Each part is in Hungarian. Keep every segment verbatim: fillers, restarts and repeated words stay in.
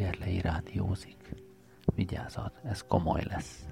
Gerlei rádiózik. Vigyázat, ez komoly lesz.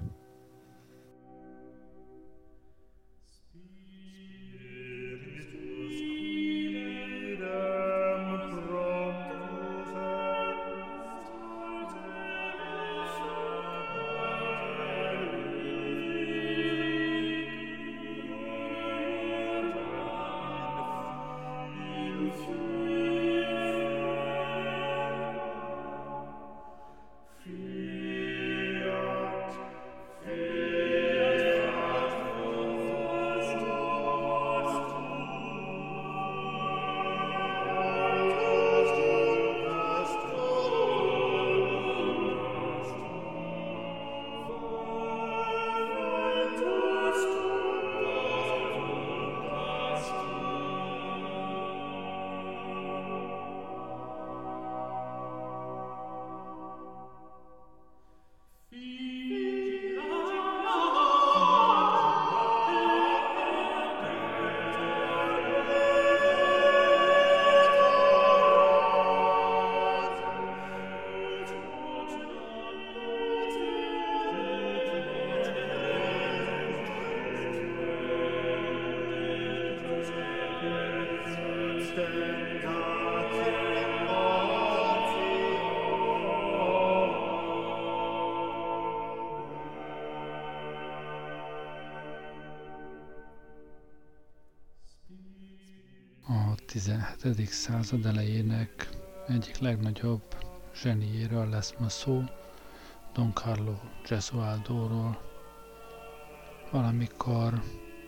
A tizenhetedik század elejének egyik legnagyobb zseniéről lesz ma szó, Don Carlo Gesualdóról. Valamikor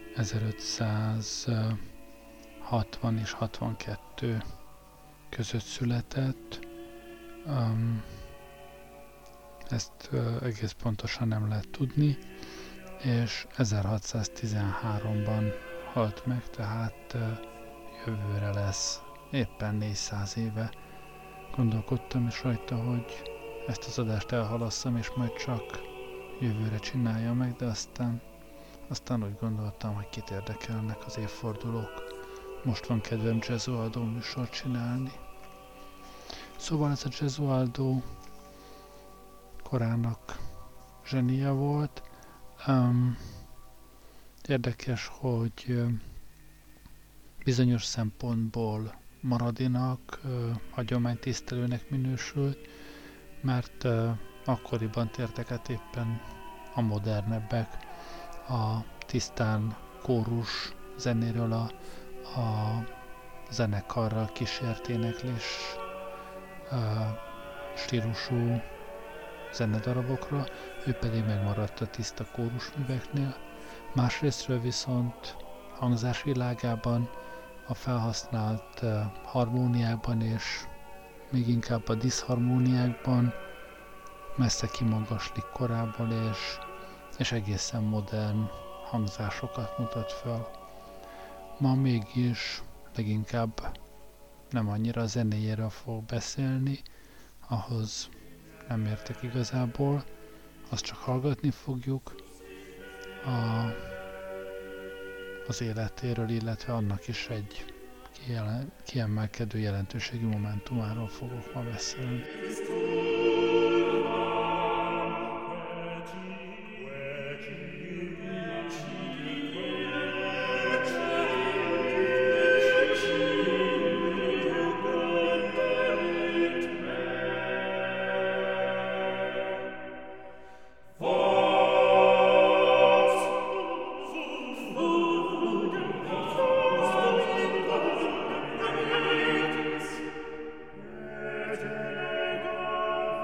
ezerötszázhatvan és hatvankettő között született. Um, ezt uh, egész pontosan nem lehet tudni, és ezerhatszáztizenháromban halt meg, tehát uh, jövőre lesz éppen négyszáz éve. Gondolkodtam is rajta, hogy ezt az adást elhalasszam, és majd csak jövőre csinálja meg, de aztán, aztán úgy gondoltam, hogy kit érdekelnek az évfordulók. Most van kedvem Gesualdo műsort csinálni. Szóval ez a Gesualdo korának zsenia volt. Um, érdekes, hogy uh, bizonyos szempontból maradinak, uh, hagyománytisztelőnek minősült, mert uh, akkoriban tértek át éppen a modernebbek a tisztán kórus zenéről a, a zenekarral kísért éneklés uh, stílusú zenedarabokra, ő pedig megmaradt a tiszta kórusműveknél. Másrésztről viszont hangzásvilágában, a felhasznált uh, harmóniákban és még inkább a diszharmóniákban messze kimagaslik korából, és, és egészen modern hangzásokat mutat fel. Ma mégis leginkább nem annyira a zenéjéről fog beszélni, ahhoz nem értek igazából, azt csak hallgatni fogjuk. A, az életéről, illetve annak is egy kijelen, kiemelkedő jelentőségi momentumáról fogok ma beszélni. Thank you.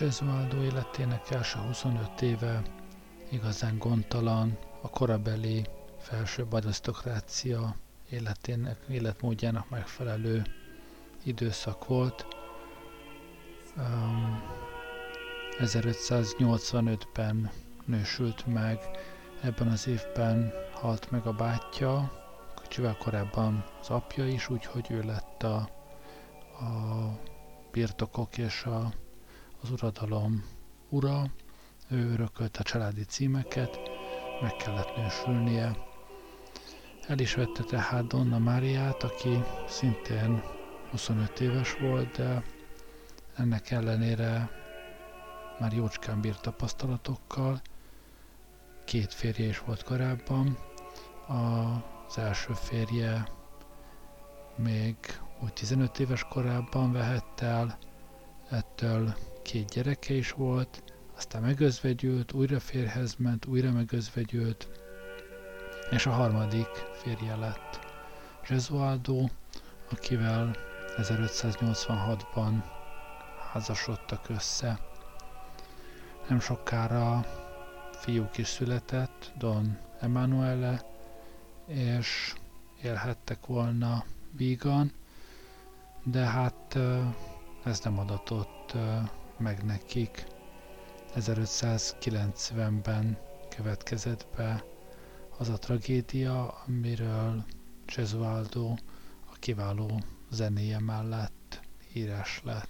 Gesualdo életének első huszonöt éve igazán gondtalan, a korabeli felsőbb arisztokrácia életének, életmódjának megfelelő időszak volt. Um, ezerötszáznyolcvanötben nősült meg, ebben az évben halt meg a bátyja, kicsivel korábban az apja is, úgyhogy ő lett a, a birtokok és a, az uradalom ura. Ő örökölt a családi címeket, meg kellett nősülnie. El is vette tehát Donna Máriát, aki szintén huszonöt éves volt, de ennek ellenére már jócskán bírt tapasztalatokkal. Két férje is volt korábban. Az első férje még úgy tizenöt éves korában vehette el, ettől két gyereke is volt, aztán megözvegyült, újra férjhez ment, újra megözvegyült, és a harmadik férje lett Gesualdo, akivel ezerötszáznyolcvanhatban házasodtak össze. Nem sokára fiúk is született, Don Emanuele, és élhettek volna vígan, de hát ez nem adatott meg nekik. ezerötszázkilencvenben következett be az a tragédia, amiről Gesualdo a kiváló zenéje mellett híres lett.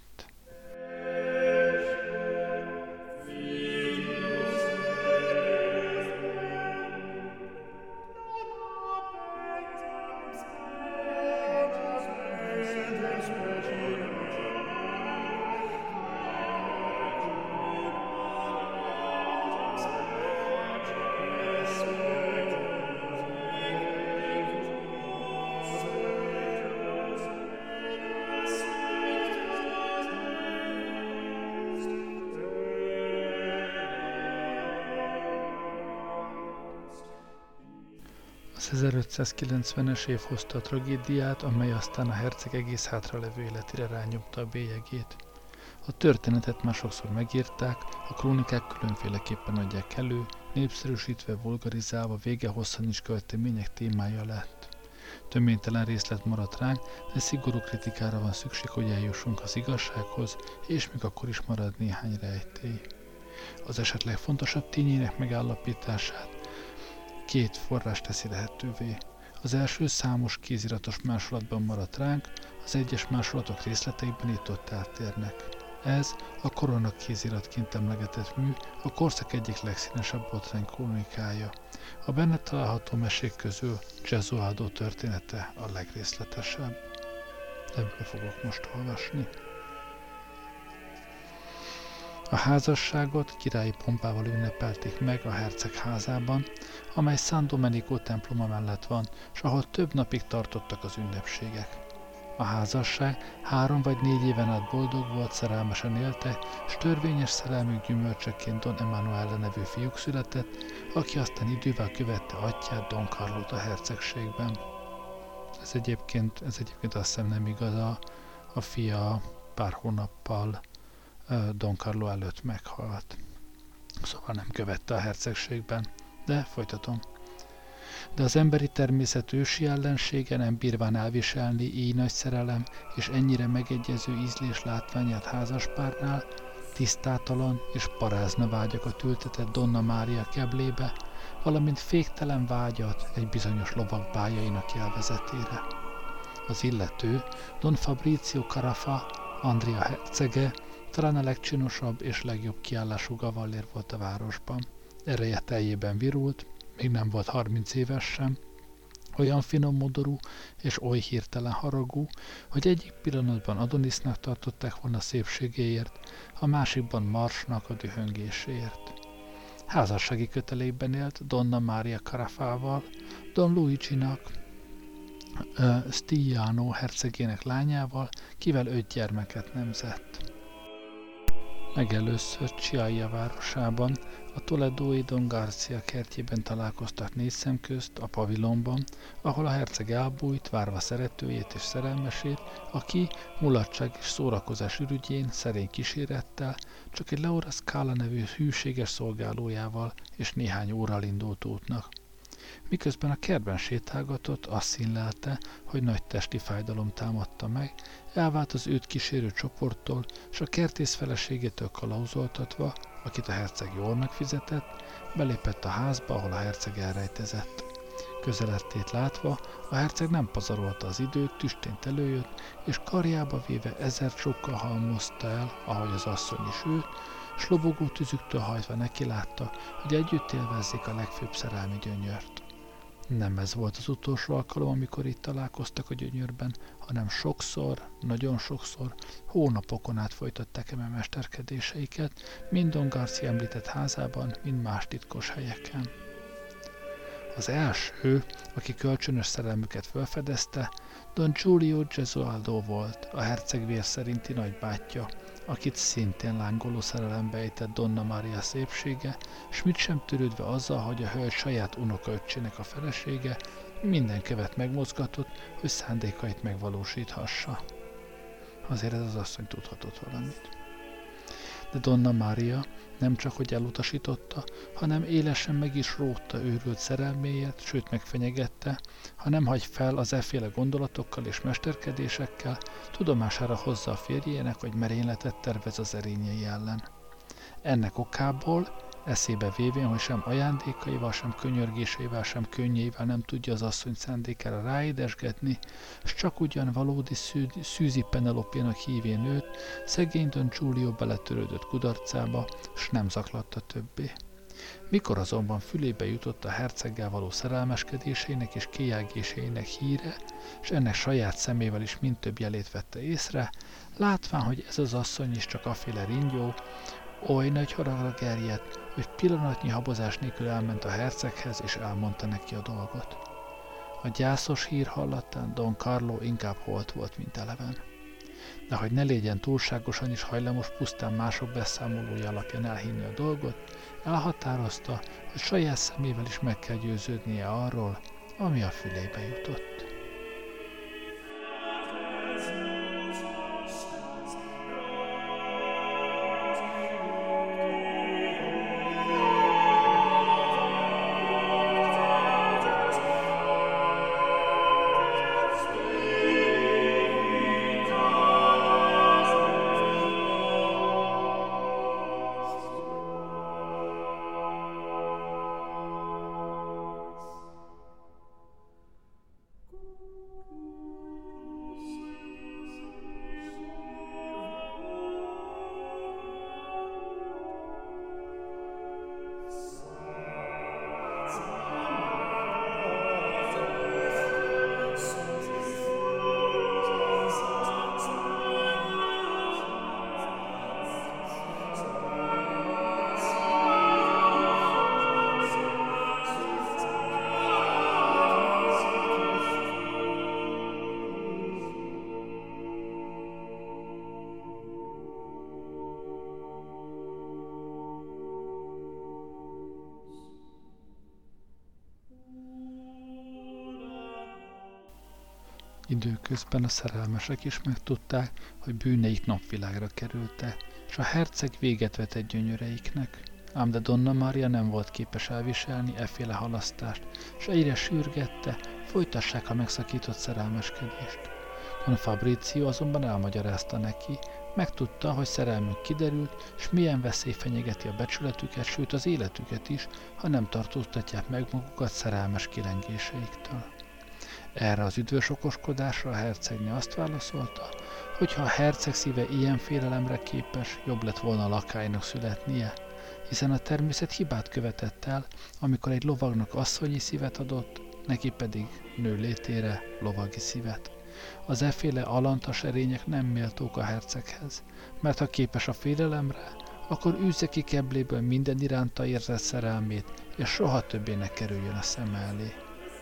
Az ezerötszázkilencvenes év hozta a tragédiát, amely aztán a herceg egész hátralevő életére rányomta a bélyegét. A történetet már sokszor megírták, a krónikák különféleképpen adják elő, népszerűsítve, vulgarizálva, vége hosszan is költemények témája lett. Töménytelen részlet maradt ránk, de szigorú kritikára van szükség, hogy eljussunk az igazsághoz, és még akkor is marad néhány rejtély. Az esetleg fontosabb tényének megállapítását két forrás teszi lehetővé. Az első számos kéziratos másolatban maradt ránk, az egyes másolatok részleteikben itt ott eltérnek. Ez a korona kéziratként emlegetett mű, a korszak egyik legszínesebb botrány krónikája. A benne található mesék közül Gesualdo története a legrészletesebb. Ebből fogok most olvasni. A házasságot királyi pompával ünnepelték meg a herceg házában, amely San Domenico temploma mellett van, s ahol több napig tartottak az ünnepségek. A házasság három vagy négy éven át boldog volt, szerelmesen élte, s törvényes szerelmük gyümölcseként Don Emanuele nevű fiúk született, aki aztán idővel követte atyját, Don Carlót a hercegségben. Ez egyébként, ez egyébként azt hiszem nem igaz, a, a fia pár hónappal Don Carlo előtt meghalt. Szóval nem követte a hercegségben, de folytatom. De az emberi természet ősi ellensége nem bírván elviselni így nagy szerelem és ennyire megegyező ízlés látványát házaspárnál, tisztátalan és parázna vágyakat ültetett Donna Mária keblébe, valamint féktelen vágyat egy bizonyos lovag bájainak élvezetére. Az illető, Don Fabrizio Carafa, Andria hercege, talán a legcsinosabb és legjobb kiállású gavallér volt a városban. Ereje teljében virult, még nem volt harminc éves sem, olyan finom modorú és oly hirtelen haragú, hogy egyik pillanatban Adonisnak tartották volna szépségéért, a másikban Marsnak a dühöngéséért. Házassági kötelékben élt Donna Mária Carafával, Don Luigi-nak, uh, Stigliano hercegének lányával, kivel öt gyermeket nemzett. Legelőször Chiaia városában, a toledói Don Garcia kertjében találkoztak négy szem közt a pavilonban, ahol a herceg elbújt, várva szeretőjét és szerelmesét, aki mulatság és szórakozás ürügyén, szerény kísérettel, csak egy Laura Scala nevű hűséges szolgálójával és néhány órral indult útnak. Miközben a kertben sétálgatott, azt színlelte, hogy nagy testi fájdalom támadta meg, elvált az őt kísérő csoporttól, és a kertész feleségétől kalauzoltatva, akit a herceg jól megfizetett, belépett a házba, ahol a herceg elrejtezett. Közelettét látva, a herceg nem pazarolta az időt, tüstént előjött, és karjába véve ezer csókkal halmozta el, ahogy az asszony is őt, s lobogó tüzüktől hajtva neki látta, hogy együtt élvezzék a legfőbb szerelmi gyönyört. Nem ez volt az utolsó alkalom, amikor itt találkoztak a gyönyörben, hanem sokszor, nagyon sokszor, hónapokon át folytatták eme mesterkedéseiket, mind Don Garcia említett házában, mind más titkos helyeken. Az első, aki kölcsönös szerelmüket felfedezte, Don Giulio Gesualdo volt, a herceg vér szerinti nagybátyja, akit szintén lángoló szerelembe ejtett Donna Maria szépsége, s mit sem törődve azzal, hogy a hölgy saját unokaöccsének a felesége, minden követ megmozgatott, hogy szándékait megvalósíthassa. Azért ez az asszony tudhatott valamit. De Donna Maria nem csak hogy elutasította, hanem élesen meg is rótta őrült szerelméjét, sőt megfenyegette, ha nem hagy fel az efféle gondolatokkal és mesterkedésekkel, tudomására hozza a férjének, hogy merényletet tervez az erényei ellen. Ennek okából, eszébe vévén, hogy sem ajándékaival, sem könyörgéseivel, sem könnyeivel nem tudja az asszony szándékára ráédesgetni, s csak ugyan valódi szű, Szűzi Penelopénak hívén őt, szegény Don Giulio beletörődött kudarcába, s nem zaklatta többé. Mikor azonban fülébe jutott a herceggel való szerelmeskedésének és kijelgéseinek híre, s ennek saját szemével is mind több jelét vette észre, látván, hogy ez az asszony is csak aféle ringyó, oly nagy haragra gerjedt, hogy pillanatnyi habozás nélkül elment a herceghez, és elmondta neki a dolgot. A gyászos hír hallatán Don Carlo inkább holt volt, mint eleven. De hogy ne legyen túlságosan is hajlamos pusztán mások beszámolója alapján elhinni a dolgot, elhatározta, hogy saját szemével is meg kell győződnie arról, ami a fülébe jutott. Időközben a szerelmesek is megtudták, hogy bűneik napvilágra kerültek, és a herceg véget vetett gyönyöreiknek. Ám de Donna Maria nem volt képes elviselni efféle halasztást, és egyre sürgette, folytassák a megszakított szerelmeskedést. Don Fabrizio azonban elmagyarázta neki, megtudta, hogy szerelmük kiderült, és milyen veszély fenyegeti a becsületüket, sőt az életüket is, ha nem tartóztatják meg magukat szerelmes kilengéseiktől. Erre az üdvös okoskodásra a hercegnő azt válaszolta, hogy ha a herceg szíve ilyen félelemre képes, jobb lett volna a lakálynak születnie, hiszen a természet hibát követett el, amikor egy lovagnak asszonyi szívet adott, neki pedig nő létére lovagi szívet. Az efféle alantas erények nem méltók a herceghez, mert ha képes a félelemre, akkor űzze ki kebléből minden iránta érzett szerelmét, és soha többé ne kerüljön a szeme elé.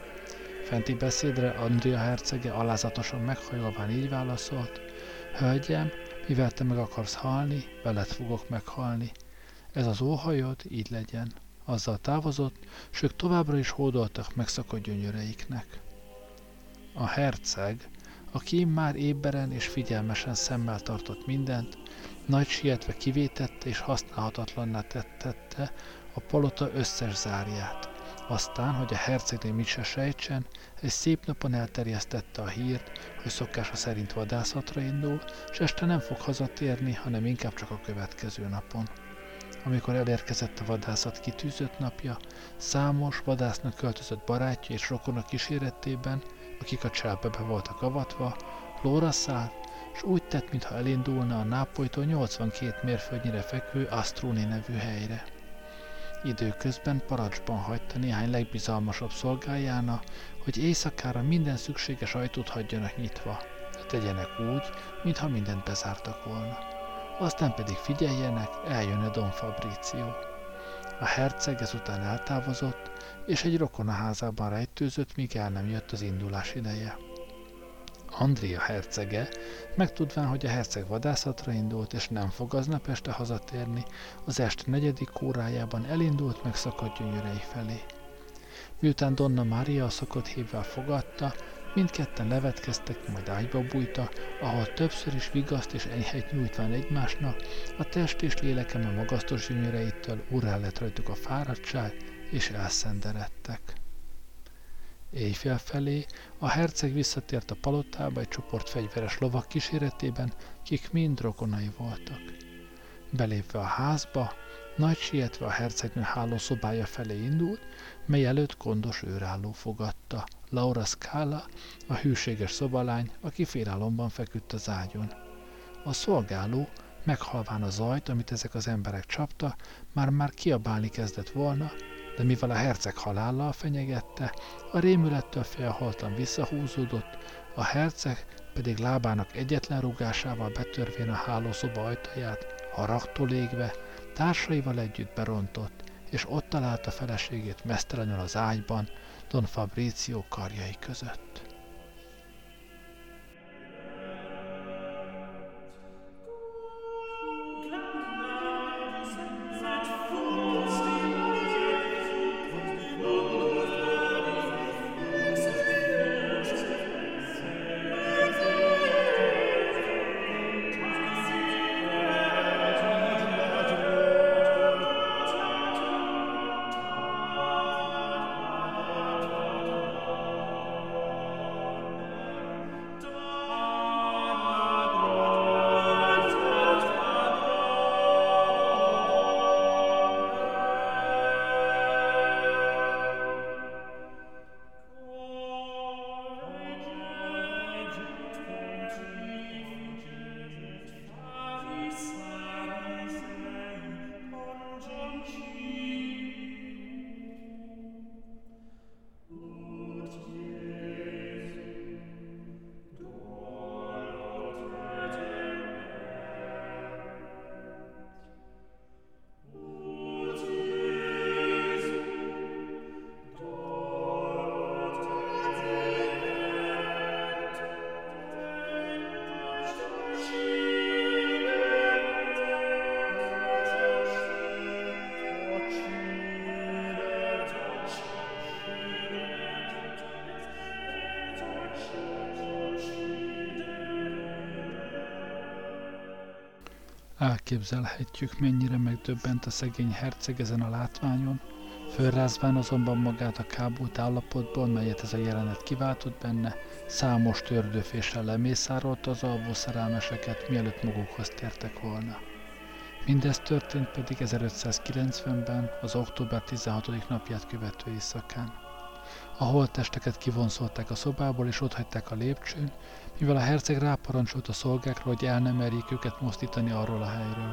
Fenti beszédre Andrea hercege alázatosan meghajolván így válaszolt: Hölgyem, Mivel te meg akarsz halni, veled fogok meghalni. Ez az óhajod, így legyen. Azzal távozott, s ők továbbra is hódoltak megszakadt gyönyöreiknek. A herceg, aki már éberen és figyelmesen szemmel tartott mindent, nagy sietve kivétette és használhatatlanná tettette a palota összes zárját. Aztán, hogy a hercegné mit se sejtsen, egy szép napon elterjesztette a hírt, hogy szokása szerint vadászatra indul, s este nem fog hazatérni, hanem inkább csak a következő napon. Amikor elérkezett a vadászat kitűzött napja, számos vadásznak költözött barátja és rokona kíséretében, akik a cselpebe voltak avatva, lóra szállt, s úgy tett, mintha elindulna a Nápolytól nyolcvankét mérföldnyire fekvő Astroni nevű helyre. Időközben parancsban hagyta néhány legbizalmasabb szolgájána, hogy éjszakára minden szükséges ajtót hagyjanak nyitva, de tegyenek úgy, mintha mindent bezártak volna. Aztán pedig figyeljenek, eljön-e Don Fabrizio. A herceg ezután eltávozott, és egy rokona házában rejtőzött, míg el nem jött az indulás ideje. Andrea hercege, megtudván, hogy a herceg vadászatra indult, és nem fog aznap este hazatérni, az este negyedik órájában elindult megszakadt gyönyörei felé. Miután Donna Maria a szokott hívvel fogadta, mindketten nevetkeztek, majd ágyba bújta, ahol többször is vigaszt és enyhet nyújtván egymásnak, a test és lélekeme magasztos gyönyöreitől úrrá lett rajtuk a fáradtság, és elszenderedtek. Éjfél felé a herceg visszatért a palotába egy csoport fegyveres lovak kíséretében, kik mind rokonai voltak. Belépve a házba, nagy sietve a hercegnő hálószobája felé indult, mely előtt gondos őrálló fogadta, Laura Scala, a hűséges szobalány, aki félálomban feküdt az ágyon. A szolgáló, meghalván a zajt, amit ezek az emberek csapta, már-már kiabálni kezdett volna, de mivel a herceg halállal fenyegette, a rémülettől félholtan visszahúzódott, a herceg pedig lábának egyetlen rúgásával betörvén a hálószoba ajtaját, haragtól égve, társaival együtt berontott, és ott találta feleségét meztelenül az ágyban, Don Fabrizio karjai között. Elképzelhetjük, mennyire megdöbbent a szegény herceg ezen a látványon, fölrázván azonban magát a kábult állapotból, melyet ez a jelenet kiváltott benne, számos tördőféssel lemészárolta az alvó szerelmeseket, mielőtt magukhoz tértek volna. Mindez történt pedig ezerötszázkilencvenben, az október tizenhatodik napját követő éjszakán. A holttesteket kivonszolták a szobából és otthagyták a lépcsőn, mivel a herceg ráparancsolt a szolgákra, hogy el nem merjék őket mozdítani arról a helyről.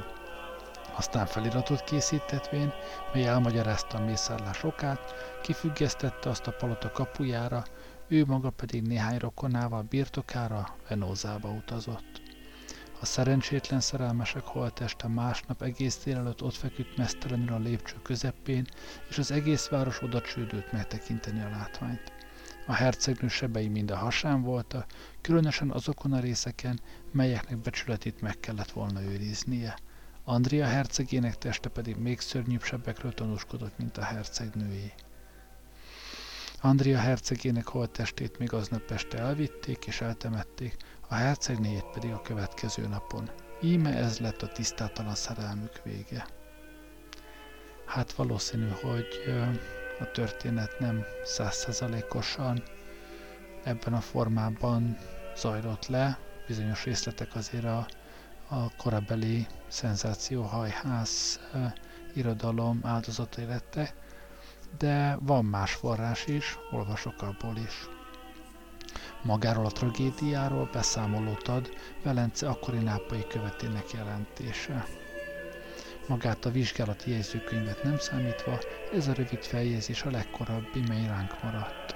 Aztán feliratot készítetvén, mely elmagyarázta a mészárlás okát, kifüggesztette azt a palota kapujára, ő maga pedig néhány rokonával birtokára Venózába utazott. A szerencsétlen szerelmesek holtteste másnap egész délelőtt ott feküdt meztelenül a lépcső közepén, és az egész város oda csődült megtekinteni a látványt. A hercegnő sebei mind a hasán voltak, különösen azokon a részeken, melyeknek becsületét meg kellett volna őriznie. Andrea hercegének teste pedig még szörnyűbb sebekről tanúskodott, mint a hercegnőjé. Andrea hercegének holttestét még aznap este elvitték és eltemették, a hercegnéjét pedig a következő napon. Íme ez lett a tisztátalan szerelmük vége. Hát valószínű, hogy a történet nem száz százalékosan ebben a formában zajlott le, bizonyos részletek azért a, a korabeli szenzációhajház e, irodalom áldozatai lettek, de van más forrás is, olvasok abból is. Magáról a tragédiáról beszámolót ad Velence akkori nápolyi követének jelentése. Magát a vizsgálati jegyzőkönyvet nem számítva, ez a rövid feljegyzés a legkorábbi, mely ránk maradt.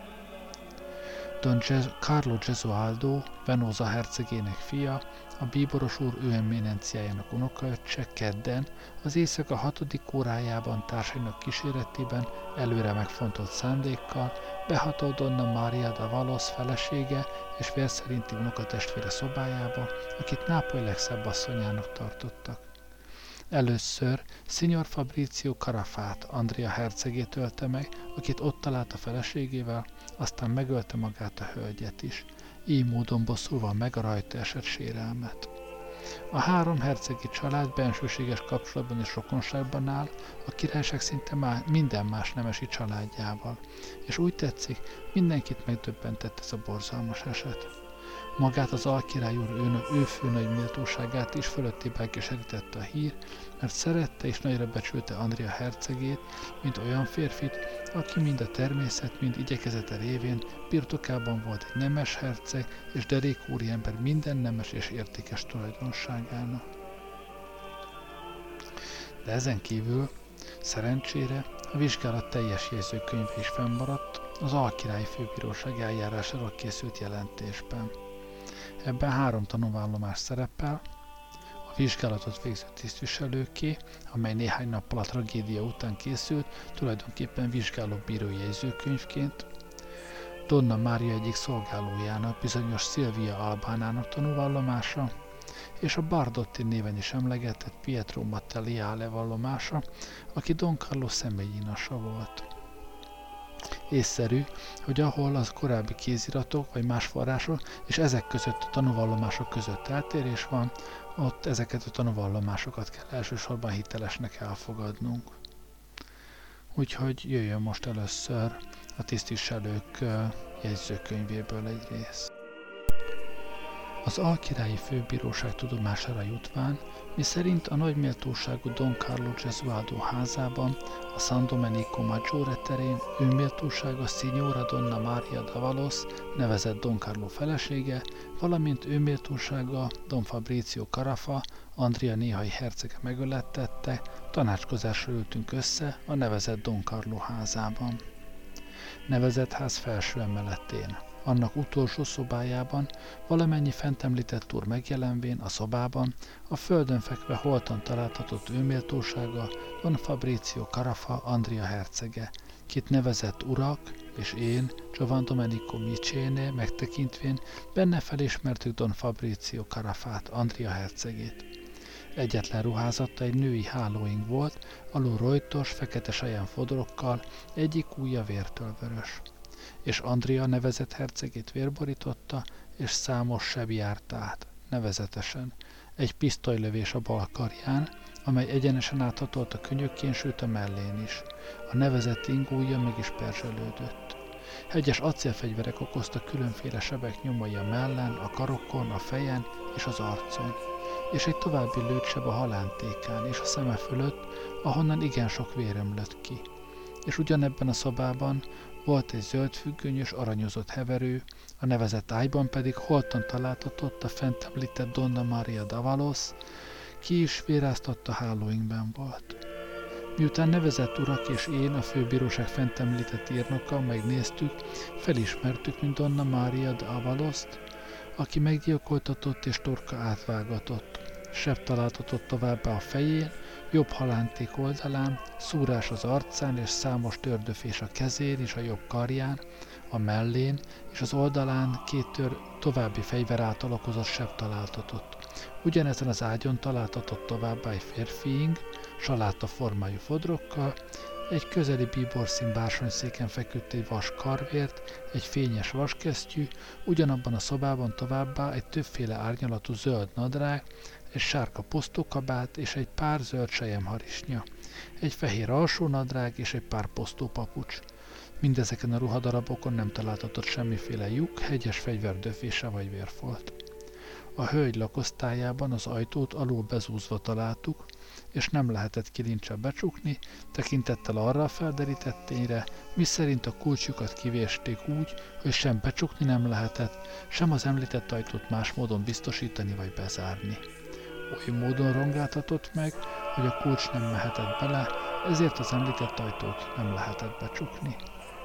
Don Ge- Carlo Gesualdo, Venosa hercegének fia, a bíboros úr ő eminenciájának unokaöccse kedden az éjszaka hatodik órájában társainak kíséretében előre megfontolt szándékkal behatolt Donna Maria da Valos felesége és vérszerinti unokatestvére szobájába, akit Nápoly legszebb asszonyának tartottak. Először Signor Fabrizio Carafát, Andrea hercegét ölte meg, akit ott talált a feleségével, aztán megölte magát a hölgyet is, így módon bosszulva meg a rajta esett sérelmet. A három hercegi család bensőséges kapcsolatban és rokonságban áll, a királyság szinte má- minden más nemesi családjával, és úgy tetszik, mindenkit megdöbbentett ez a borzalmas eset. Magát az alkirály úr ő, ő főnagy méltóságát is fölöttébe keserítette a hír, mert szerette és nagyra becsülte Andrea hercegét, mint olyan férfit, aki mind a természet, mind igyekezete révén birtokában volt egy nemes herceg és derék úriember minden nemes és értékes tulajdonságának. De ezen kívül, szerencsére, a vizsgálat teljes jegyzőkönyve is fennmaradt az alkirályi főbíróság eljárásáról készült jelentésben. Ebben három tanúvallomás szerepel, a vizsgálatot végző tisztviselőké, amely néhány nappal a tragédia után készült, tulajdonképpen vizsgálóbírói jegyzőkönyvként, Donna Mária egyik szolgálójának, bizonyos Silvia Albánának tanúvallomása, és a Bardotti néven is emlegetett Pietro Mattelliale vallomása, aki Don Carlo személyi inasa volt. Észszerű, hogy ahol az korábbi kéziratok vagy más források, és ezek között a tanúvallomások között eltérés van, ott ezeket a tanúvallomásokat kell elsősorban hitelesnek elfogadnunk. Úgyhogy jöjjön most először a tisztviselők jegyzőkönyvéből egy rész. Az alkirályi főbíróság tudomására jutván, miszerint a nagyméltóságú Don Carlo Gesualdo házában, a San Domenico Maggiore terén ő méltósága Signora Donna Maria da Valos, nevezett Don Carlo felesége, valamint ő méltósága Don Fabrizio Carafa, Andrea néhai hercege megölettette, tanácskozásra ültünk össze a nevezett Don Carlo házában. Nevezett ház felső emeletén. Annak utolsó szobájában, valamennyi fent említett úr megjelenvén a szobában, a földön fekve holtan találtatott ő méltósága Don Fabrizio Carafa, Andrea hercege, kit nevezett urak, és én, Giovan Domenico Micene megtekintvén benne felismertük Don Fabrizio Carafát, Andrea hercegét. Egyetlen ruházata egy női hálóing volt, alul rojtos, fekete saján fodrokkal, egyik ujja vértől vörös. És Andrea nevezett hercegét vérborította, és számos seb járt át, nevezetesen. Egy pisztolylövés a bal karján, amely egyenesen áthatolt a könyökén, sőt a mellén is. A nevezett ingója meg is perzselődött. Hegyes acélfegyverek okoztak különféle sebek nyomai a mellen, a karokon, a fejen és az arcon. És egy további lőtseb a halántékán és a szeme fölött, ahonnan igen sok vér ömlött ki. És ugyanebben a szobában volt egy zöld függönyös, aranyozott heverő, a nevezett ágyban pedig holtan találtatott a fent említett Donna Maria da Valos, ki is véráztatta hálóinkben volt. Miután nevezett urak és én, a főbíróság fent említett írnoka megnéztük, felismertük, mint Donna Maria da Valost, aki meggyilkoltatott és torka átvágatott. seb találtatott továbbá a fején, jobb halánték oldalán, szúrás az arcán és számos tördöfés a kezén és a jobb karján, a mellén és az oldalán két tör további fegyverátalakozott seb találtatott. Ugyanezen az ágyon találtatott továbbá egy férfiing, saláta formájú fodrokkal, egy közeli bíborszín bársonyszéken feküdt egy vas karvért, egy fényes vaskesztyű, ugyanabban a szobában továbbá egy többféle árnyalatú zöld nadrág, egy sárga posztókabát és egy pár zöld selyemharisnya, egy fehér alsónadrág és egy pár posztópapucs. Mindezeken a ruhadarabokon nem találtatott semmiféle lyuk, hegyes fegyverdöfése vagy vérfolt. A hölgy lakosztályában az ajtót alul bezúzva találtuk, és nem lehetett kilincsel becsukni, tekintettel arra a felderített tényre, miszerint a kulcsjukat kivésték úgy, hogy sem becsukni nem lehetett, sem az említett ajtót más módon biztosítani vagy bezárni. Oly módon rongáltatott meg, hogy a kulcs nem mehetett bele, ezért az említett ajtót nem lehetett becsukni.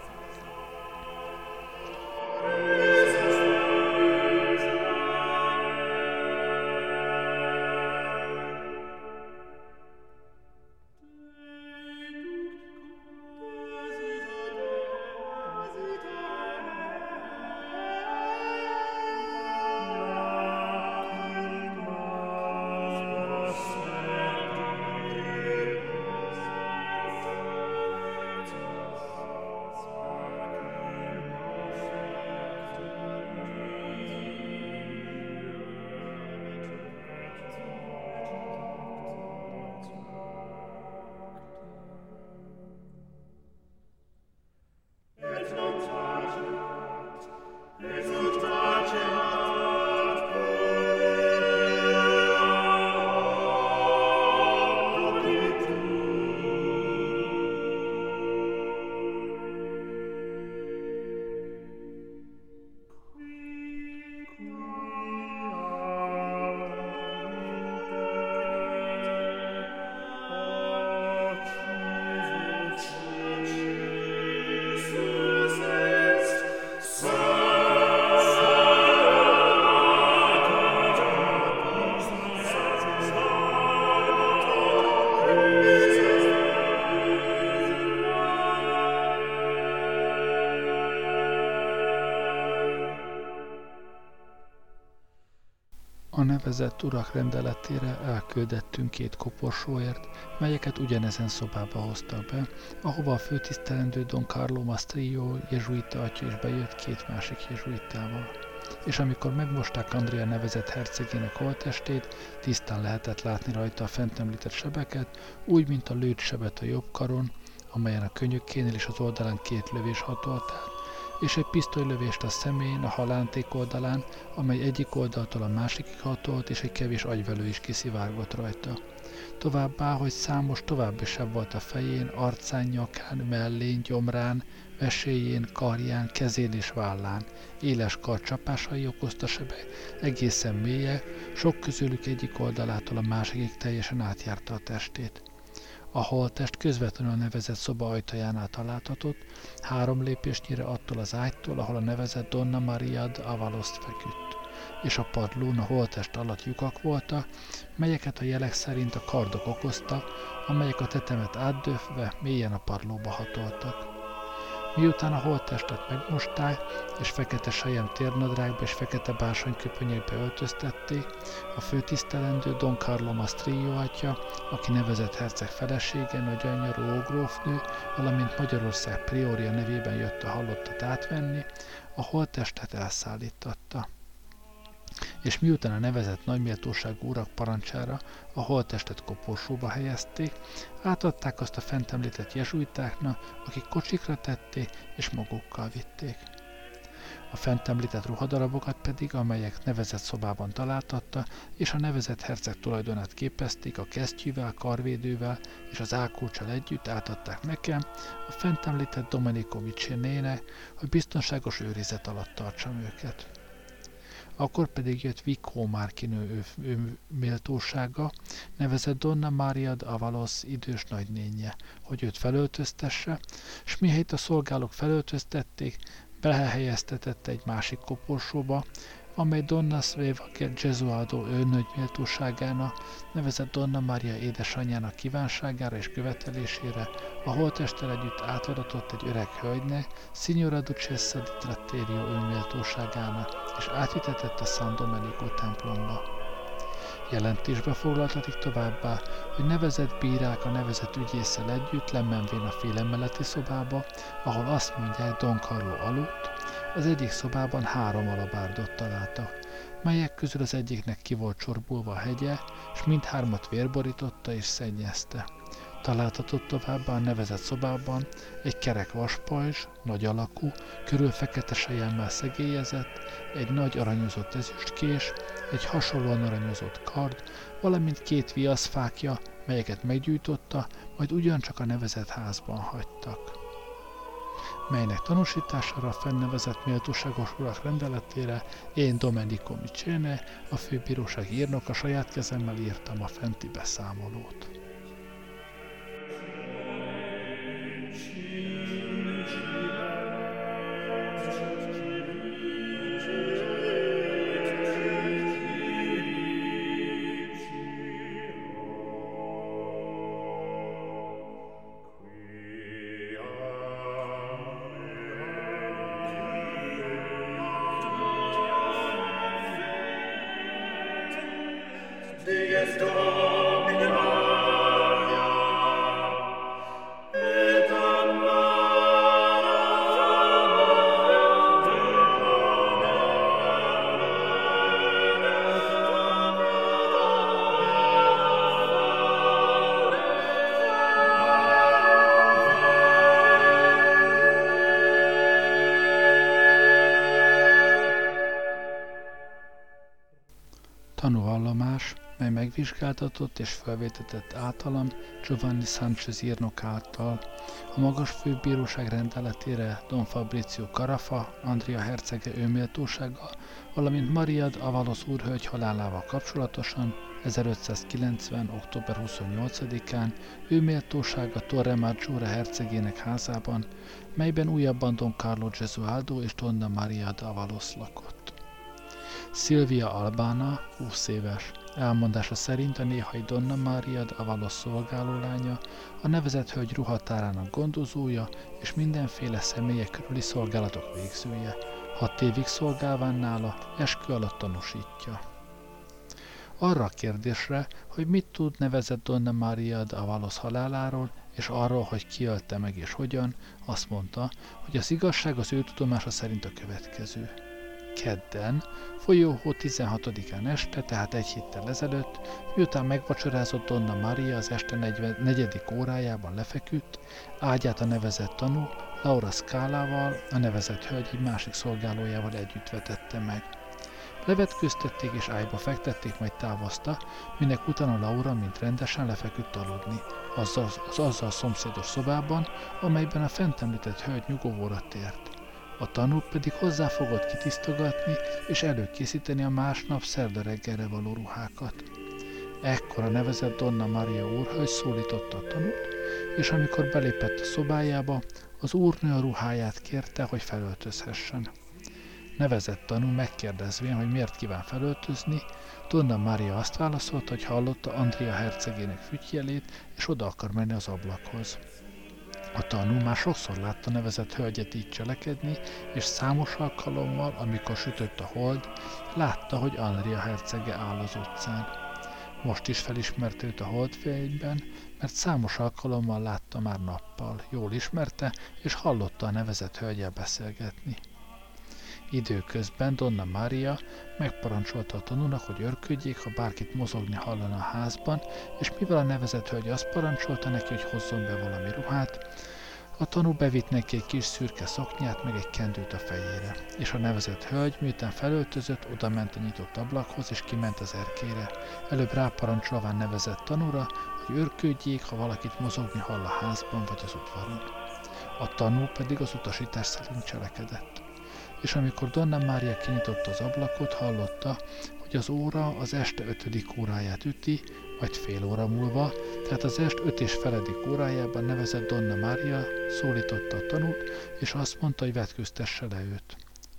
A nevezett urak rendeletére elküldettünk két koporsóért, melyeket ugyanezen szobába hoztak be, ahova a főtisztelendő Don Carlo Mastrillo jezsuita atya is bejött két másik jezsuitával. És amikor megmosták Andrea nevezett hercegének holttestét, tisztán lehetett látni rajta a fent említett sebeket, úgy, mint a lőtt sebet a jobb karon, amelyen a könyökénél és az oldalán két lövés hatolt át, és egy pisztolylövést a szemén, a halánték oldalán, amely egyik oldaltól a másikig hatolt, és egy kevés agyvelő is kiszivárgott rajta. Továbbá, hogy számos további seb volt a fején, arcán, nyakán, mellén, gyomrán, veséjén, karján, kezén és vállán. Éles karcsapásai okozta sebek, egészen mélyek, sok közülük egyik oldalától a másikig teljesen átjárta a testét. A holttest közvetlenül a nevezett szoba ajtajánál találtatott, három lépésnyire attól az ágytól, ahol a nevezett Donna Maria d'Avalos feküdt, és a padlón a holttest alatt lyukak voltak, melyeket a jelek szerint a kardok okoztak, amelyek a tetemet átdöfve mélyen a padlóba hatoltak. Miután a holttestet megmosták, és fekete sejem térnadrágba és fekete bársonyköpönyekbe öltöztették, a főtisztelendő Don Carlo Mastrillo atya, aki nevezett herceg felesége, nagyanyja, rógrófnő, valamint Magyarország priória nevében jött a halottat átvenni, a holttestet elszállítatta. És miután a nevezett nagyméltóságú urak parancsára a holttestet koporsóba helyezték, átadták azt a fent említett jezsuitáknak, akik kocsikra tették és magukkal vitték. A fent említett ruhadarabokat pedig, amelyek nevezett szobában találtatta, és a nevezett herceg tulajdonát képezték a kesztyűvel, karvédővel és az ákulccsal együtt átadták nekem, a fent említett Domenico Vicénének, hogy biztonságos őrizet alatt tartsam őket. Akkor pedig jött Vico Márkinő ő, ő méltósága, nevezett Donna Maria d'Avalos idős nagynénje, hogy őt felöltöztesse, s mihelyt a szolgálók felöltöztették, belehelyeztetette egy másik koporsóba, amely Donna Sveva Gesualdo őrnagy méltóságának, nevezett Donna Maria édesanyjának kívánságára és követelésére a holttesttel együtt átadatott egy öreg hölgynek, Signora Duchessa di Tratterio ő méltóságának, és átvitetett a San Domenico templomba. Jelentésbe foglaltatik továbbá, hogy nevezett bírák a nevezett ügyésszel együtt lemenvén a félemeleti szobába, ahol azt mondják, Don Carlo aludt, az egyik szobában három alabárdot találtak, melyek közül az egyiknek ki volt csorbulva a hegye, és mindhármat vérborította és szennyezte. Találtatott továbbá a nevezett szobában egy kerek vaspajzs, nagy alakú, körül fekete selyemmel szegélyezett, egy nagy aranyozott ezüstkés, egy hasonlóan aranyozott kard, valamint két viaszfákja, melyeket meggyújtotta, majd ugyancsak a nevezett házban hagytak. Melynek tanúsítására a fennevezett méltóságos urak rendeletére én Domenico Micene, a főbíróság írnoka saját kezemmel írtam a fenti beszámolót. Tanúvallomás, mely megvizsgáltatott és felvétetett általam Giovanni Sanchez írnok által, a magas főbíróság rendeletére Don Fabrizio Carafa, Andria hercege ő méltósága, valamint Maria d'Avalos úrhölgy halálával kapcsolatosan ezerötszázkilencven. október huszonnyolcadikán ő méltósága Torre Maggiore hercegének házában, melyben újabban Don Carlo Gesualdo és Donna Maria d'Avalos lakott. Silvia Albana, húsz éves, elmondása szerint a néhai Donna Maria d'Avalos szolgálólánya, a nevezett hölgy ruhatárának gondozója és mindenféle személyek körüli szolgálatok végzője, hat évig szolgálván nála, eskü alatt tanúsítja. Arra a kérdésre, hogy mit tud nevezett Donna Maria d'Avalos haláláról, és arról, hogy ki ölte meg és hogyan, azt mondta, hogy az igazság az ő tudomása szerint a következő. Kedden, folyóhó tizenhatodikán este, tehát egy héttel ezelőtt, miután megvacsorázott Donna Maria az este negyedik órájában lefeküdt, ágyát a nevezett tanú Laura Scalával, a nevezett hölgy egy másik szolgálójával együtt vetette meg. Levetkőztették és ágyba fektették, majd távozta, minek utána Laura mint rendesen lefeküdt aludni, azzal, az azzal szomszédos szobában, amelyben a fent említett hölgy nyugovóra tért. A tanú pedig hozzáfogott kitisztogatni és előkészíteni a másnap szerda reggelre való ruhákat. Ekkor a nevezett Donna Maria úrhölgy szólította a tanút, és amikor belépett a szobájába, az úrnő a ruháját kérte, hogy felöltözhessen. Nevezett tanú megkérdezvén, hogy miért kíván felöltözni, Donna Maria azt válaszolta, hogy hallotta Andria hercegének fütyjelét, és oda akar menni az ablakhoz. A tanú már sokszor látta nevezett hölgyet így cselekedni, és számos alkalommal, amikor sütött a hold, látta, hogy Andria hercege áll az utcán. Most is felismerte őt a holdfényben, mert számos alkalommal látta már nappal, jól ismerte, és hallotta a nevezett hölgyel beszélgetni. Időközben Donna Maria megparancsolta a tanúnak, hogy örködjék, ha bárkit mozogni hallana a házban, és mivel a nevezett hölgy azt parancsolta neki, hogy hozzon be valami ruhát, a tanú bevitt neki egy kis szürke szoknyát, meg egy kendőt a fejére, és a nevezett hölgy, miután felöltözött, oda ment a nyitott ablakhoz, és kiment az erkére, előbb ráparancsolván nevezett tanúra, hogy örködjék, ha valakit mozogni hall a házban vagy az udvaron. A tanú pedig az utasítás szerint cselekedett. És amikor Donna Maria kinyitotta az ablakot, hallotta, hogy az óra az este ötödik óráját üti, vagy fél óra múlva, tehát az est öt és feledik órájában nevezett Donna Maria szólította a tanút, és azt mondta, hogy vetkőztesse le őt.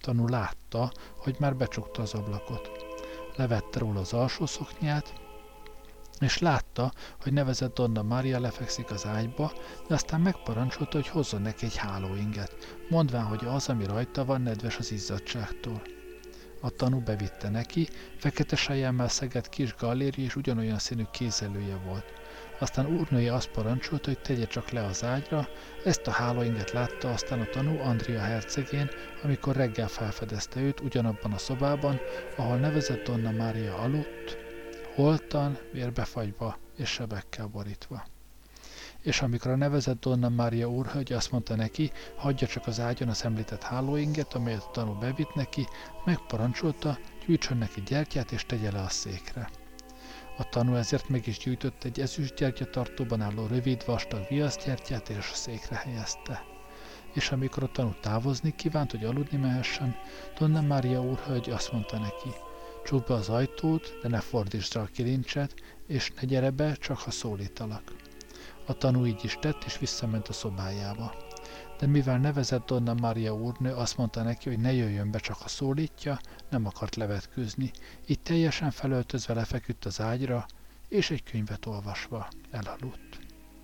tanú látta, hogy már becsukta az ablakot. Levette róla az alsó szoknyát, és látta, hogy nevezett Donna Maria lefekszik az ágyba, de aztán megparancsolta, hogy hozzon neki egy hálóinget, mondván, hogy az, ami rajta van, nedves az izzadságtól. A tanú bevitte neki, fekete sajjámmel szegett kis galléri és ugyanolyan színű kézelője volt. Aztán úrnője azt parancsolta, hogy tegye csak le az ágyra, ezt a hálóinget látta aztán a tanú Andria hercegén, amikor reggel felfedezte őt ugyanabban a szobában, ahol nevezett Donna Maria aludt, holtan, vérbefagyva és sebekkel borítva. És amikor a nevezett Donna Maria úrhölgy azt mondta neki, hagyja csak az ágyon az említett hálóinget, amelyet a tanú bevitt neki, megparancsolta, gyújtson neki gyertyát és tegye le a székre. A tanú ezért meg is gyűjtött egy ezüst gyertyatartóban álló rövid, vastag viaszgyertyát és a székre helyezte. És amikor a tanú távozni kívánt, hogy aludni mehessen, Donna Maria úrhölgy azt mondta neki, csukd be az ajtót, de ne fordítsd rá a kilincset, és ne gyere be, csak ha szólítalak. A tanú így is tett, és visszament a szobájába. De mivel nevezett Donna Maria úrnő azt mondta neki, hogy ne jöjjön be, csak ha szólítja, nem akart levetkőzni, így teljesen felöltözve lefeküdt az ágyra, és egy könyvet olvasva elaludt.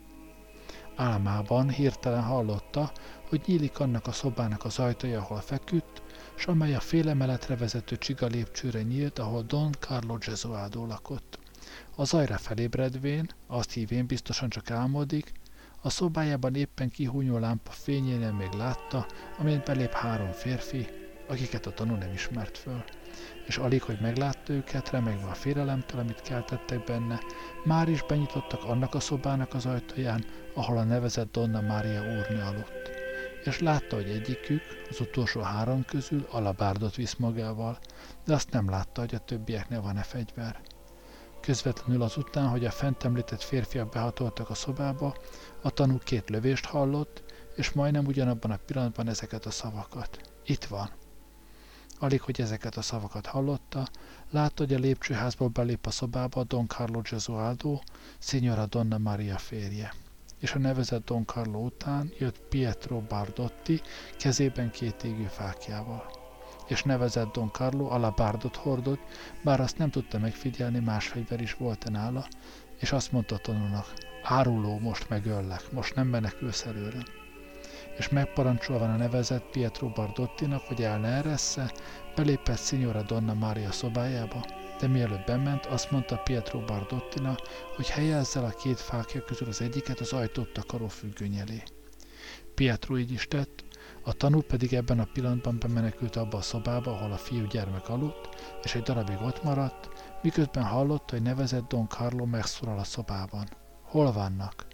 Álmában hirtelen hallotta, hogy nyílik annak a szobának az ajtaja, ahol feküdt, s amely a fél emeletre vezető csiga lépcsőre nyílt, ahol Don Carlo Gesualdo lakott. Az zajra felébredvén, azt hívén biztosan csak álmodik, a szobájában éppen kihúnyó lámpa fényénél még látta, amint belép három férfi, akiket a tanú nem ismert föl. És alig, hogy meglátta őket, remegve a félelemtől, amit keltettek benne, már is benyitottak annak a szobának az ajtaján, ahol a nevezett Donna Maria úrnő aludt. És látta, hogy egyikük, az utolsó három közül alabárdot visz magával, de azt nem látta, hogy a többieknél van-e fegyver. Közvetlenül azután, hogy a fent említett férfiak behatoltak a szobába, a tanú két lövést hallott, és majdnem ugyanabban a pillanatban ezeket a szavakat. Itt van. Alig, hogy ezeket a szavakat hallotta, látta, hogy a lépcsőházból belép a szobába Don Carlo Gesualdo, Signora Donna Maria férje. És a nevezett Don Carlo után jött Pietro Bardotti, kezében két égő fáklyával. És nevezett Don Carlo alabárdot hordott, bár azt nem tudta megfigyelni, más fegyver is volt nála, és azt mondta a tanúnak, áruló, most megöllek, most nem menekülsz előre. És megparancsolva a nevezett Pietro Bardottinak, hogy el ne eressze, belépett Signora Donna Maria szobájába, de mielőtt bement, azt mondta Pietro Bardottinak, hogy helyezze el a két fákja közül az egyiket az ajtót takaró függöny elé. Pietro így is tett, a tanú pedig ebben a pillanatban bemenekült abba a szobába, ahol a fiú gyermek aludt, és egy darabig ott maradt, miközben hallotta, hogy nevezett Don Carlo megszólal a szobában. Hol vannak?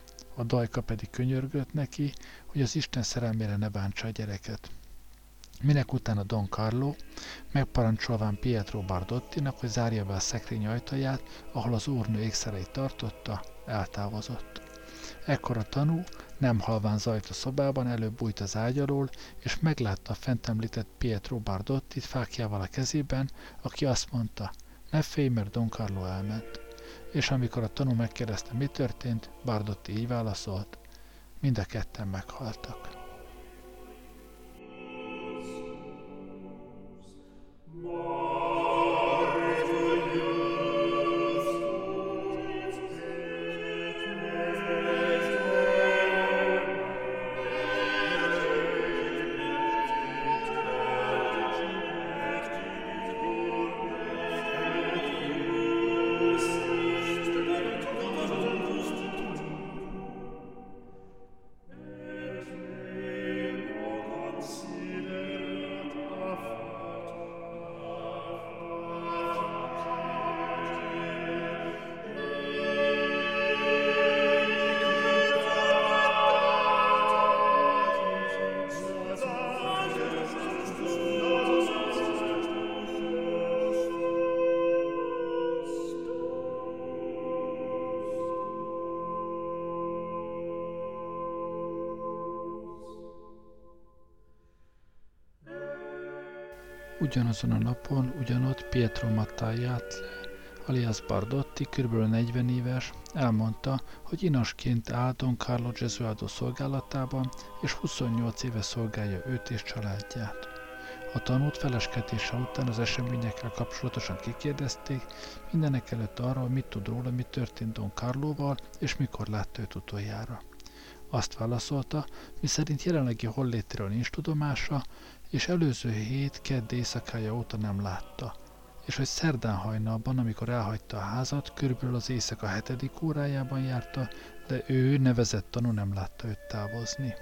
A dajka pedig könyörgött neki, hogy az Isten szerelmére ne bántsa a gyereket. Minek utána Don Carlo, megparancsolván Pietro Bardottinak, hogy zárja be a szekrény ajtaját, ahol az úrnő ékszereit tartotta, eltávozott. Ekkor a tanú, nem halván zajt a szobában, előbújt az ágy alól, és meglátta a fent említett Pietro Bardottit fákjával a kezében, aki azt mondta, ne félj, mert Don Carlo elment. És amikor a tanú megkérdezte, mi történt, Bardotti így válaszolt, mind a ketten meghaltak. Ugyanazon a napon, ugyanott Pietro Mattagliatle, alias Bardotti, kb. negyven éves, elmondta, hogy inasként áll Don Carlo Gesualdo szolgálatában, és huszonnyolc éve szolgálja őt és családját. A tanút feleskedése után az eseményekkel kapcsolatosan kikérdezték, mindenek előtt arról, mit tud róla, mi történt Don Carlóval, és mikor látta őt utoljára. Azt válaszolta, miszerint jelenlegi hollétéről nincs tudomása, és előző hét kedd éjszakája óta nem látta, és hogy szerdán hajnalban, amikor elhagyta a házat, körülbelül az éjszaka hetedik órájában járta, de ő, nevezett tanú nem látta őt távozni.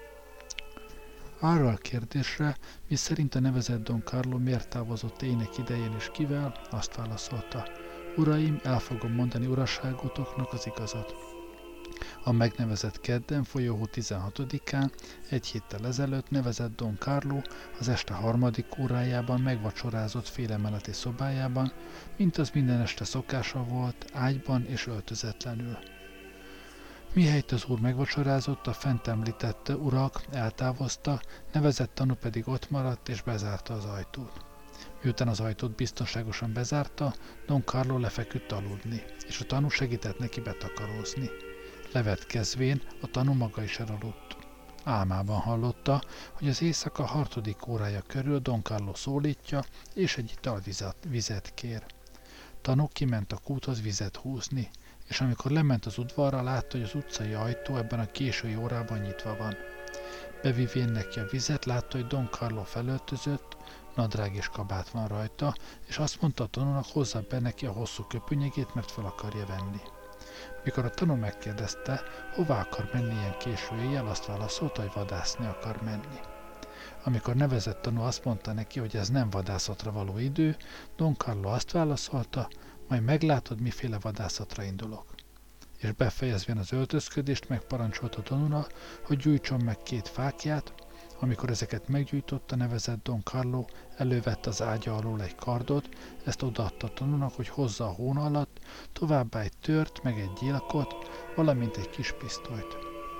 Arra a kérdésre, mi szerint a nevezett Don Carlo miért távozott ének idején és kivel, azt válaszolta: Uraim, el fogom mondani uraságotoknak az igazat. A megnevezett kedden, folyóhó tizenhatodikán, egy héttel ezelőtt nevezett Don Carlo az este harmadik órájában megvacsorázott félemeleti szobájában, mint az minden este szokása volt, ágyban és öltözetlenül. Mihelyt az úr megvacsorázott, a fent említett urak eltávozta, nevezett tanú pedig ott maradt és bezárta az ajtót. Miután az ajtót biztonságosan bezárta, Don Carlo lefeküdt aludni, és a tanú segített neki betakarózni. Levetkezvén a tanú maga is elaludt. Álmában hallotta, hogy az éjszaka harmadik órája körül Don Carlo szólítja, és egy ital vizet kér. Tanú kiment a kúthoz vizet húzni, és amikor lement az udvarra, látta, hogy az utcai ajtó ebben a késői órában nyitva van. Bevivén neki a vizet, látta, hogy Don Carlo felöltözött, nadrág és kabát van rajta, és azt mondta a tanúnak, hozza be neki a hosszú köpönyegét, mert fel akarja venni. Mikor a tanú megkérdezte, hová akar menni ilyen késő éjjel, azt válaszolta, hogy vadászni akar menni. Amikor nevezett tanú azt mondta neki, hogy ez nem vadászatra való idő, Don Carlo azt válaszolta, majd meglátod, miféle vadászatra indulok. És befejezvén az öltözködést megparancsolta a tanúnak, hogy gyújtson meg két fákját. Amikor ezeket meggyújtotta, nevezett Don Carlo, elővette az ágya alól egy kardot, ezt odaadta a tanúnak, hogy hozza a hóna alatt, továbbá egy tört, meg egy gyilkot, valamint egy kis pisztolyt.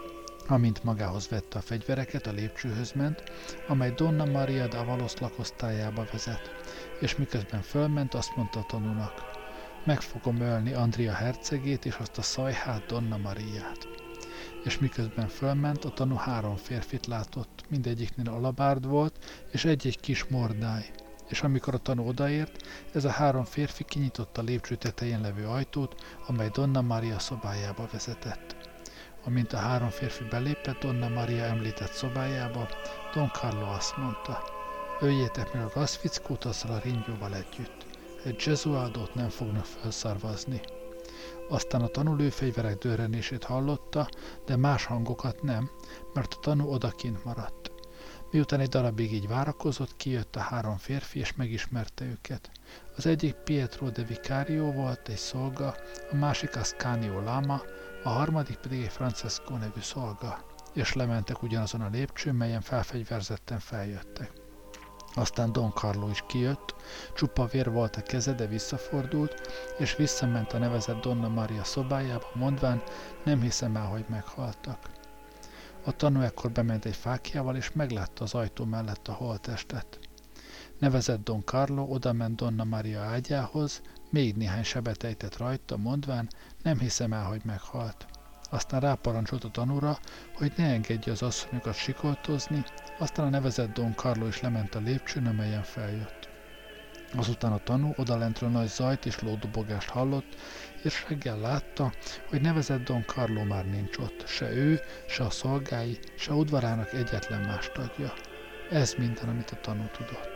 Amint magához vette a fegyvereket, a lépcsőhöz ment, amely Donna Maria d'Avalos lakosztályába vezet, és miközben fölment, azt mondta a tanúnak: meg fogom ölni Andrea hercegét és azt a szajhát, Donna Mariát. És miközben fölment, a tanú három férfit látott, mindegyiknél alabárd volt, és egy-egy kis mordály. És amikor a tanú odaért, ez a három férfi kinyitotta a lépcső tetején levő ajtót, amely Donna Maria szobájába vezetett. Amint a három férfi belépett Donna Maria említett szobájába, Don Carlo azt mondta: öljétek meg a gazfickót azzal a ringyóval együtt. Egy gesuádót nem fognak felszarvazni. Aztán a tanú lőfegyverek dörrenését hallotta, de más hangokat nem, mert a tanú odakint maradt. Miután egy darabig így várakozott, kijött a három férfi, és megismerte őket. Az egyik Pietro de Vicario volt, egy szolga, a másik Ascanio Lama, a harmadik pedig egy Francesco nevű szolga, és lementek ugyanazon a lépcsőn, melyen felfegyverzetten feljöttek. Aztán Don Carlo is kijött, csupa vér volt a keze, de visszafordult, és visszament a nevezett Donna Maria szobájába, mondván: nem hiszem el, hogy meghaltak. A tanú ekkor bement egy fákjával, és meglátta az ajtó mellett a holttestet. Nevezett Don Carlo odament Donna Maria ágyához, még néhány sebet ejtett rajta, mondván: nem hiszem el, hogy meghalt. Aztán ráparancsolt a tanúra, hogy ne engedje az asszonyokat sikoltozni, aztán a nevezett Don Carlo is lement a lépcsőn, amelyen feljött. Azután a tanú odalentről nagy zajt és lódobogást hallott, és reggel látta, hogy nevezett Don Carlo már nincs ott, se ő, se a szolgái, se udvarának egyetlen más tagja. Ez minden, amit a tanú tudott.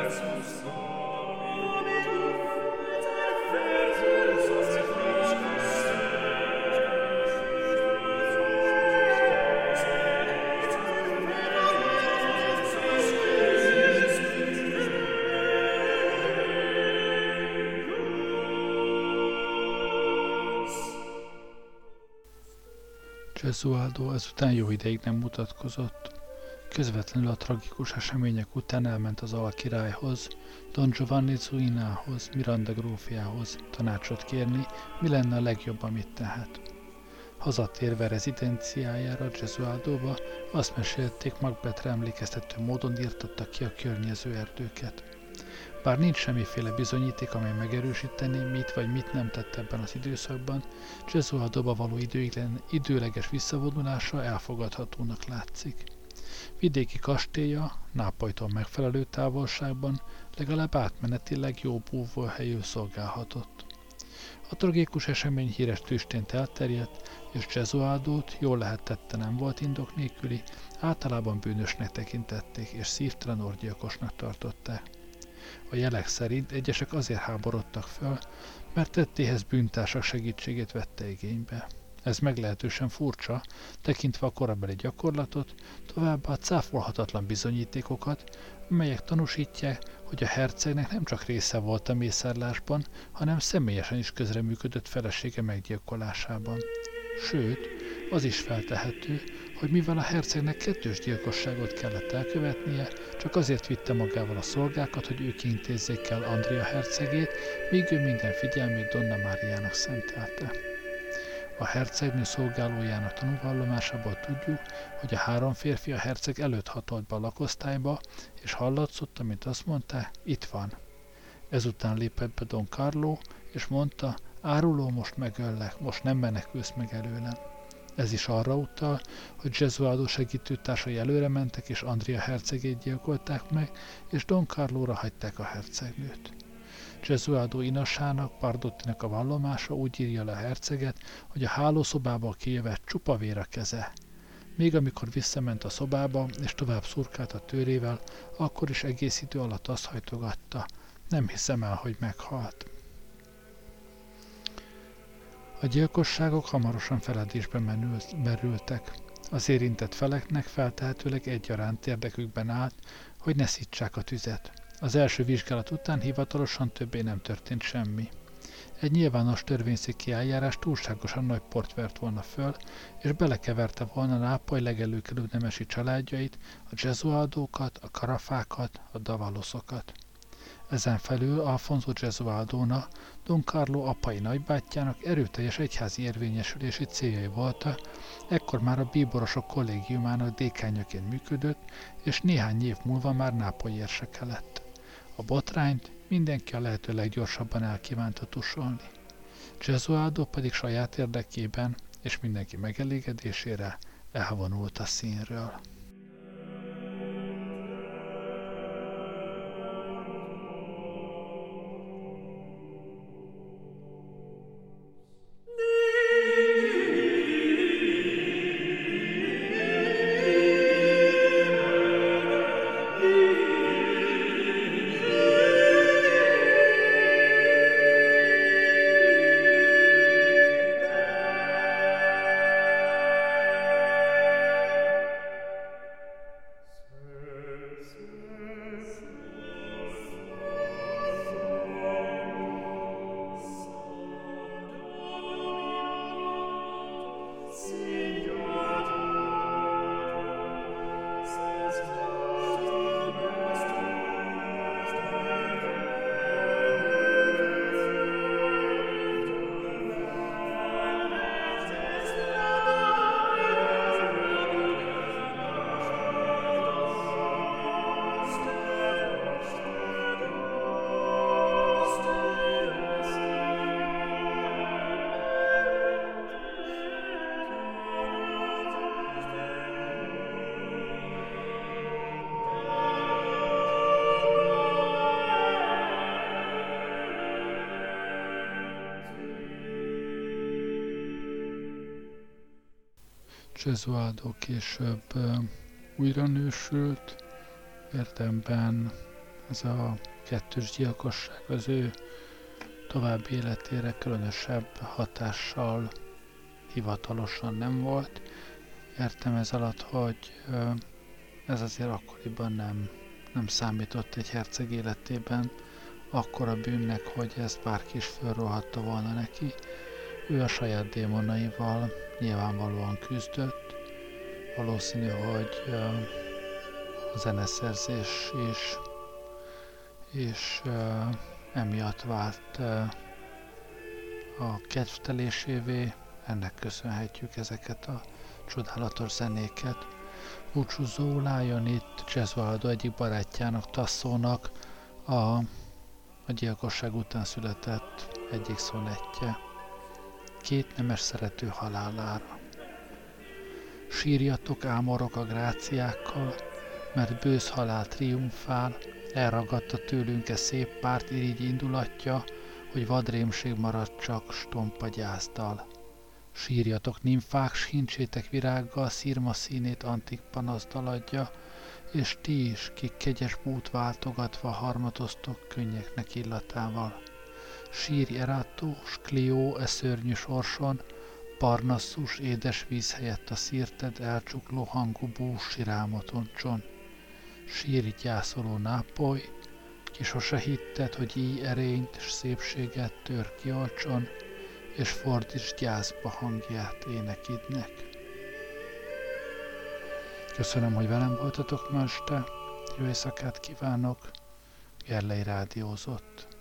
Gesualdo ezután jó ideig nem mutatkozott. Közvetlenül a tragikus események után elment az alkirályhoz, Don Giovanni Zuinához, Miranda grófjához tanácsot kérni, mi lenne a legjobb, amit tehet. Hazatérve rezidenciájára Gesualdóba azt mesélték, Macbethre emlékeztető módon írtottak ki a környező erdőket. Bár nincs semmiféle bizonyíték, amely megerősíteni, mit vagy mit nem tett ebben az időszakban, Gesualdóba való időleges visszavonulása elfogadhatónak látszik. Vidéki kastélya, Nápolytól megfelelő távolságban, legalább átmenetileg jó búvóhelyül szolgálhatott. A tragikus esemény híres tüstént elterjedt, és Gesualdót, jól lehet tette nem volt indok nélküli, általában bűnösnek tekintették és szívtelen orgyilkosnak tartották. A jelek szerint egyesek azért háborodtak föl, mert tettéhez bűntársak segítségét vette igénybe. Ez meglehetősen furcsa, tekintve a korabeli gyakorlatot, továbbá a cáfolhatatlan bizonyítékokat, amelyek tanúsítják, hogy a hercegnek nem csak része volt a mészárlásban, hanem személyesen is közreműködött felesége meggyilkolásában. Sőt, az is feltehető, hogy mivel a hercegnek kettős gyilkosságot kellett elkövetnie, csak azért vitte magával a szolgákat, hogy ők intézzék el Andrea hercegét, míg ő minden figyelmét Donna Máriának szentelte. A hercegnő szolgálójának tanúvallomásából tudjuk, hogy a három férfi a herceg előtt hatolt be a lakosztályba, és hallatszott, amint azt mondta, itt van. Ezután lépett be Don Carlo, és mondta, áruló, most megöllek, most nem menekülsz meg előlem. Ez is arra utal, hogy Gesualdo segítőtársai előre mentek, és Andrea hercegét gyilkolták meg, és Don Carlóra hagyták a hercegnőt. Gesualdo inasának, Pardottinak a vallomása úgy írja le a herceget, hogy a hálószobából kijövett csupa vér a keze. Még amikor visszament a szobába, és tovább szurkált a tőrével, akkor is egész idő alatt azt hajtogatta. Nem hiszem el, hogy meghalt. A gyilkosságok hamarosan feledésbe merültek. Az érintett feleknek feltehetőleg egyaránt érdekükben állt, hogy ne szítsák a tüzet. Az első vizsgálat után hivatalosan többé nem történt semmi. Egy nyilvános törvényszéki eljárás túlságosan nagy port vert volna föl, és belekeverte volna Nápoly legelőkelő nemesi családjait, a Gesualdókat, a Carafákat, a Davaloszokat. Ezen felül Alfonso Gesualdónak, Don Carlo apai nagybátyjának erőteljes egyházi érvényesülési céljai voltak, ekkor már a bíborosok kollégiumának dékányaként működött, és néhány év múlva már Nápoly érseke lett. A botrányt mindenki a lehető leggyorsabban elkívánta tusolni. Gesualdo pedig saját érdekében és mindenki megelégedésére elvonult a színről. Gesualdo később uh, újra nősült, érdemben ez a kettős gyilkosság az ő további életére különösebb hatással hivatalosan nem volt. Értem ez alatt, hogy ez azért akkoriban nem, nem számított egy herceg életében akkora bűnnek, hogy ezt bárki is fölrohatta volna neki. Ő a saját démonaival nyilvánvalóan küzdött. Valószínű, hogy a zeneszerzés is, és emiatt vált a kedvtelésévé. Ennek köszönhetjük ezeket a csodálatos zenéket. Búcsúzóul álljon itt Gesualdo egyik barátjának, Tassónak a, a gyilkosság után született egyik szonettje. Két nemes szerető halálára. Sírjatok, ámorok a gráciákkal, mert bősz halál triumfál, elragadta tőlünk e szép párt irigy indulatja, hogy vadrémség maradt csak stompa gyászdal. Sírjatok, nimfák, s hincsétek virággal, szirma színét antik panasz daladja, és ti is, kik kegyes bút váltogatva harmatoztok könnyeknek illatával. Sírj Erato, s Clio e szörnyű sorson, Parnassus édes víz helyett a szírted elcsukló hangú bús sirámot oncson. Sírj gyászoló Nápoly, ki sose hitted, hogy így erényt s szépséget tör ki olcson, és fordíts gyászba hangját énekidnek. Köszönöm, hogy velem voltatok ma este, jó éjszakát kívánok, Gerlei rádiózott.